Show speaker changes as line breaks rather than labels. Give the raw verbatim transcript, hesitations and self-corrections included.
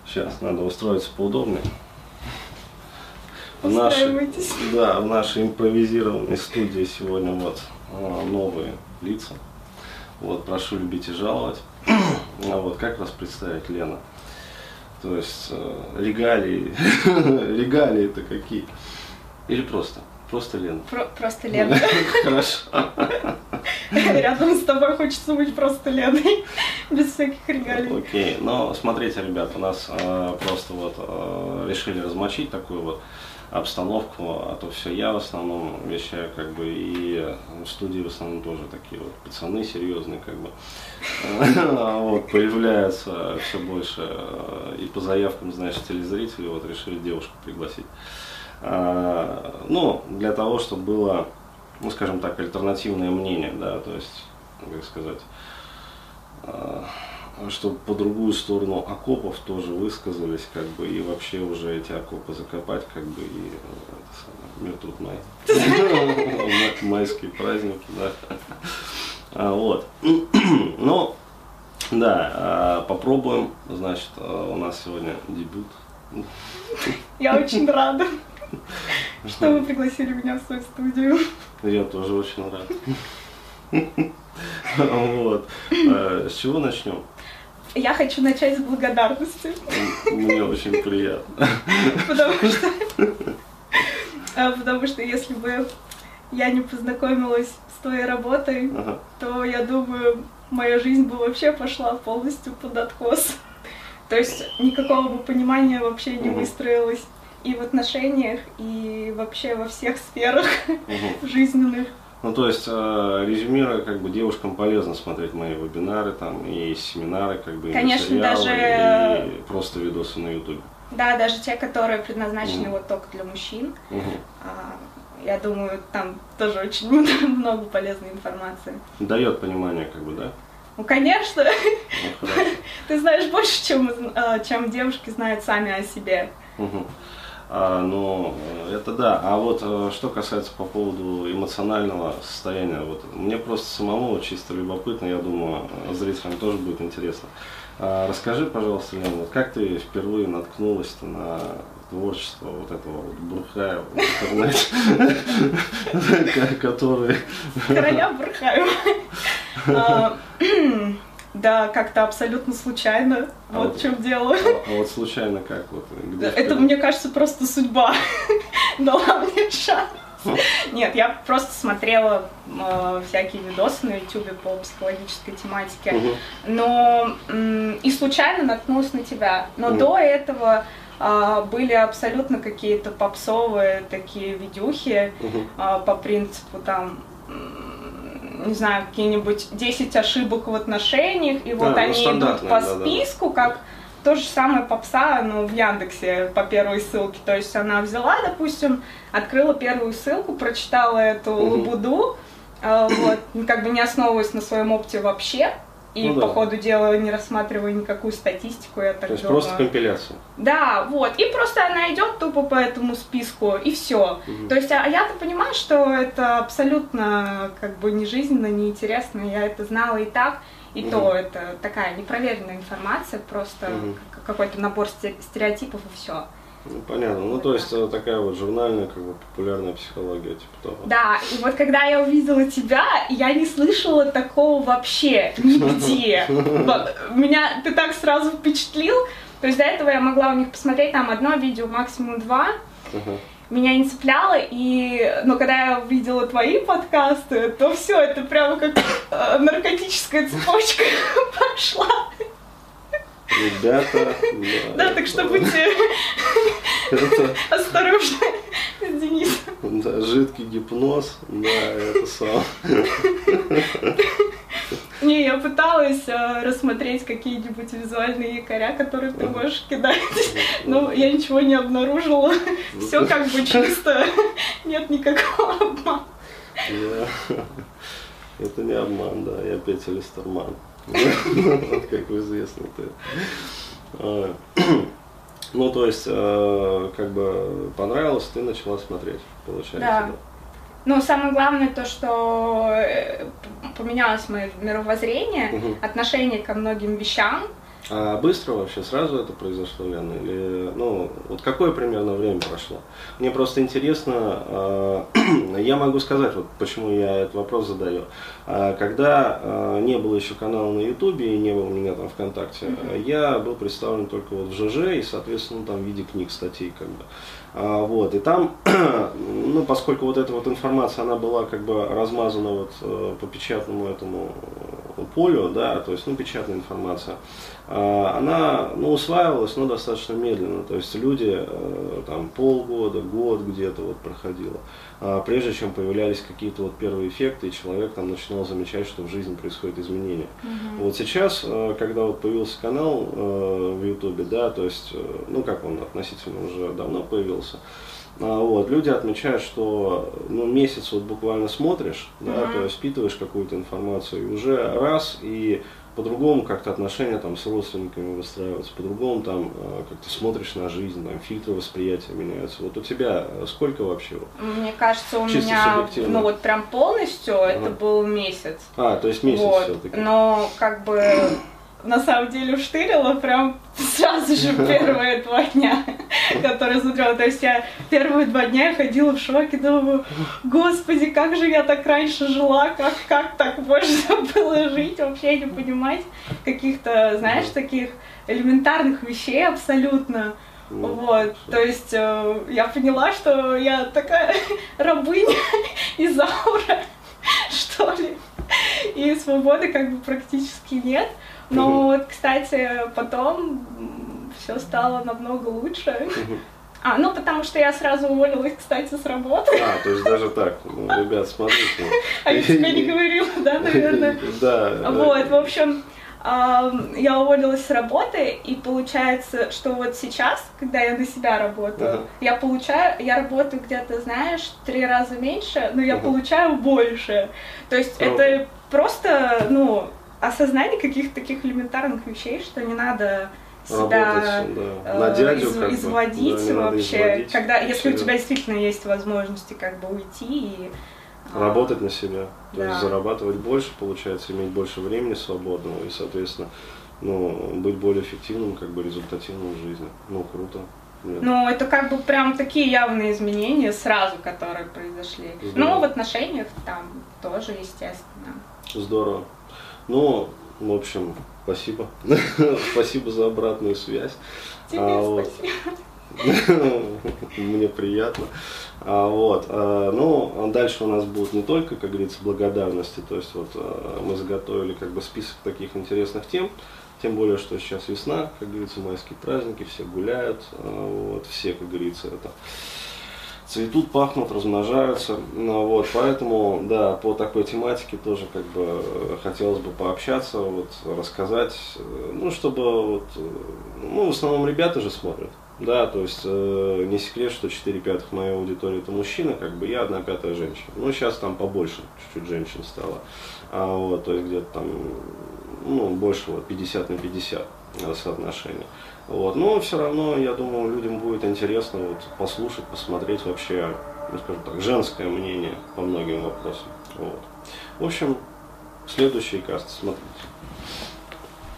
Сейчас надо устроиться поудобнее. В нашей, да, в нашей импровизированной студии сегодня вот новые лица. Вот, прошу любить и жаловать. А вот как вас представить, Лена? То есть регалии, регалии-то какие? Или просто? Просто Лена?
Про просто Лена.
Хорошо.
Рядом с тобой хочется быть просто Леной, без всяких регалий.
Окей, но смотрите, ребят, у нас э, просто вот э, решили размочить такую вот обстановку, а то все я в основном вещаю, как бы, и в студии в основном тоже такие вот пацаны серьезные, как бы, вот, появляются все больше, и по заявкам, значит, телезрителей, вот, решили девушку пригласить. Ну, для того, чтобы было, ну, скажем так, альтернативное мнение, да, то есть, как сказать, чтобы по другую сторону окопов тоже высказались, как бы, и вообще уже эти окопы закопать, как бы, и это самое, мир тут май. Майские праздники, да. Вот. Ну, да, попробуем, значит, у нас сегодня дебют.
Я очень рада, что вы пригласили меня в свою студию.
Я тоже очень рад. Вот. С чего начнем?
Я хочу начать с благодарности.
Мне очень приятно.
Потому что, потому что если бы я не познакомилась с твоей работой, ага. то, я думаю, моя жизнь бы вообще пошла полностью под откос. То есть никакого бы понимания вообще не угу. выстроилось и в отношениях, и вообще во всех сферах угу. жизненных.
Ну, то есть, э, резюмируя, как бы, девушкам полезно смотреть мои вебинары, там, и семинары, как бы,
конечно,
и материалы,
даже...
и просто видосы на ютубе.
Да, даже те, которые предназначены
угу.
вот только для мужчин.
Угу.
А, я думаю, там тоже очень много полезной информации.
Дает понимание, как бы, да?
Ну, конечно.
Ну,
ты знаешь больше, чем, чем девушки знают сами о себе.
Угу. А, ну, это да. А вот что касается по поводу эмоционального состояния, вот мне просто самому чисто любопытно, я думаю, зрителям тоже будет интересно. А, расскажи, пожалуйста, Лена, вот как ты впервые наткнулась-то на творчество вот этого вот Бурхаева в интернете, который...
Короля Бурхаева. Да, как-то абсолютно случайно. А вот, вот в чем дело.
А, а вот случайно как? Вот,
это, мне кажется, просто судьба дала мне шанс. Нет, я просто смотрела э, всякие видосы на ютубе по психологической тематике. Угу. Но э, и случайно наткнулась на тебя. Но угу. до этого э, были абсолютно какие-то попсовые такие видюхи угу. э, по принципу там... не знаю, какие-нибудь десять ошибок в отношениях, и вот а, они ну, идут по да, списку, да, да. как то же самое попса, ну, в Яндексе по первой ссылке. То есть она взяла, допустим, открыла первую ссылку, прочитала эту угу. лабуду, э, вот, как бы не основываясь на своем опыте вообще, и ну, по да. ходу дела не рассматривая никакую статистику, я так
То есть
думаю.
просто компиляция.
Да, вот, и просто она идет тупо по этому списку, и все. Угу. То есть, а я-то понимаю, что это абсолютно как бы не жизненно, не интересно, я это знала и так, и угу. то это такая непроверенная информация, просто угу. какой-то набор стереотипов и все.
Ну, понятно. Ну, то есть, такая вот журнальная, как бы, популярная психология, типа того.
Да, и вот когда я увидела тебя, я не слышала такого вообще нигде. Меня ты так сразу впечатлил. То есть, до этого я могла у них посмотреть там одно видео, максимум два. Меня не цепляло, и... но когда я увидела твои подкасты, то все, это прямо как наркотическая цепочка пошла.
Ребята,
да, да, так что будьте это... осторожны с Денисом.
Да, жидкий гипноз, да, это сам.
Не, я пыталась э, рассмотреть какие-нибудь визуальные якоря, которые ты можешь кидать, но я ничего не обнаружила. Все как бы чисто, нет никакого обмана.
Это не обман, да, я Петя Листерман. Как известно-то. Ну, то есть, как бы понравилось, ты начала смотреть, получается, да?
Ну, самое главное то, что поменялось мое мировоззрение, угу. отношение ко многим вещам.
А быстро вообще сразу это произошло, Лена? Или, ну, вот какое примерно время прошло? Мне просто интересно, э, я могу сказать, вот почему я этот вопрос задаю. А, когда э, не было еще канала на Ютубе и не было у меня там ВКонтакте, mm-hmm. я был представлен только вот в ЖЖ и, соответственно, там в виде книг, статей, как бы. А, вот, и там, ну, поскольку вот эта вот информация, она была как бы размазана вот э, по печатному этому полю, да, то есть, ну, печатная информация, она, ну, усваивалась, но достаточно медленно, то есть люди там полгода, год где-то вот проходило, прежде чем появлялись какие-то вот первые эффекты, и человек там начинал замечать, что в жизни происходят изменения. Uh-huh. Вот сейчас, когда вот появился канал в Ютубе, да, то есть, ну, как он относительно уже давно появился, вот, люди отмечают, что, ну, месяц вот буквально смотришь, да, uh-huh. то есть впитываешь какую-то информацию, и уже раз, и по-другому как-то отношения там с родственниками выстраиваются, по-другому там как-то смотришь на жизнь, там фильтры восприятия меняются. Вот у тебя сколько вообще?
Мне кажется, у меня, ну вот прям полностью uh-huh. это был месяц.
А, то есть месяц
вот.
все-таки.
Но как бы на самом деле штырила прям сразу же первые два дня, которые смотрела. То есть я первые два дня ходила в шоке, думаю, господи, как же я так раньше жила, как, как так можно было жить, вообще не понимать каких-то, знаешь, таких элементарных вещей абсолютно. Вот, то есть э, я поняла, что я такая рабыня из ауры, что ли, и свободы как бы практически нет. Но uh-huh. вот, кстати, потом все стало намного лучше. Uh-huh. А, ну, потому что я сразу уволилась, кстати, с работы.
А, то есть даже так, ну, ребят, смотрите.
А я тебе не говорила, да, наверное?
Да.
Вот, в общем, я уволилась с работы, и получается, что вот сейчас, когда я на себя работаю, я получаю, я работаю где-то, знаешь, три раза меньше, но я получаю больше. То есть это просто, ну, осознание каких-то таких элементарных вещей, что не надо себя
работать, да. На дядю,
из,
как
изводить
бы. Да,
вообще,
изводить.
Когда, если у тебя действительно есть возможности как бы уйти и
работать на себя, то
да.
есть зарабатывать больше, получается, иметь больше времени свободного и, соответственно, ну, быть более эффективным, как бы результативным в жизни. Ну, круто. Нет.
Ну, это как бы прям такие явные изменения сразу, которые произошли.
Здорово.
Ну, в отношениях там тоже, естественно.
Здорово. Ну, в общем, спасибо. Спасибо за обратную связь.
Тебе а, спасибо.
Мне приятно. А, вот. А, ну, дальше у нас будут не только, как говорится, благодарности. То есть вот а, мы заготовили как бы список таких интересных тем. Тем более, что сейчас весна, как говорится, майские праздники, все гуляют, а, вот, все, как говорится, это цветут, пахнут, размножаются, ну, вот, поэтому, да, по такой тематике тоже, как бы, хотелось бы пообщаться, вот, рассказать, ну, чтобы, вот, ну, в основном ребята же смотрят, да, то есть, э, не секрет, что четыре пятых моей аудитории это мужчины, как бы, я одна пятая женщина, ну, сейчас там побольше, чуть-чуть женщин стало, а, вот, то есть, где-то там, ну, больше, вот, пятьдесят на пятьдесят соотношение. Вот. Но все равно, я думаю, людям будет интересно вот, послушать, посмотреть вообще, ну, скажем так, женское мнение по многим вопросам. Вот. В общем, следующий каст, смотрите.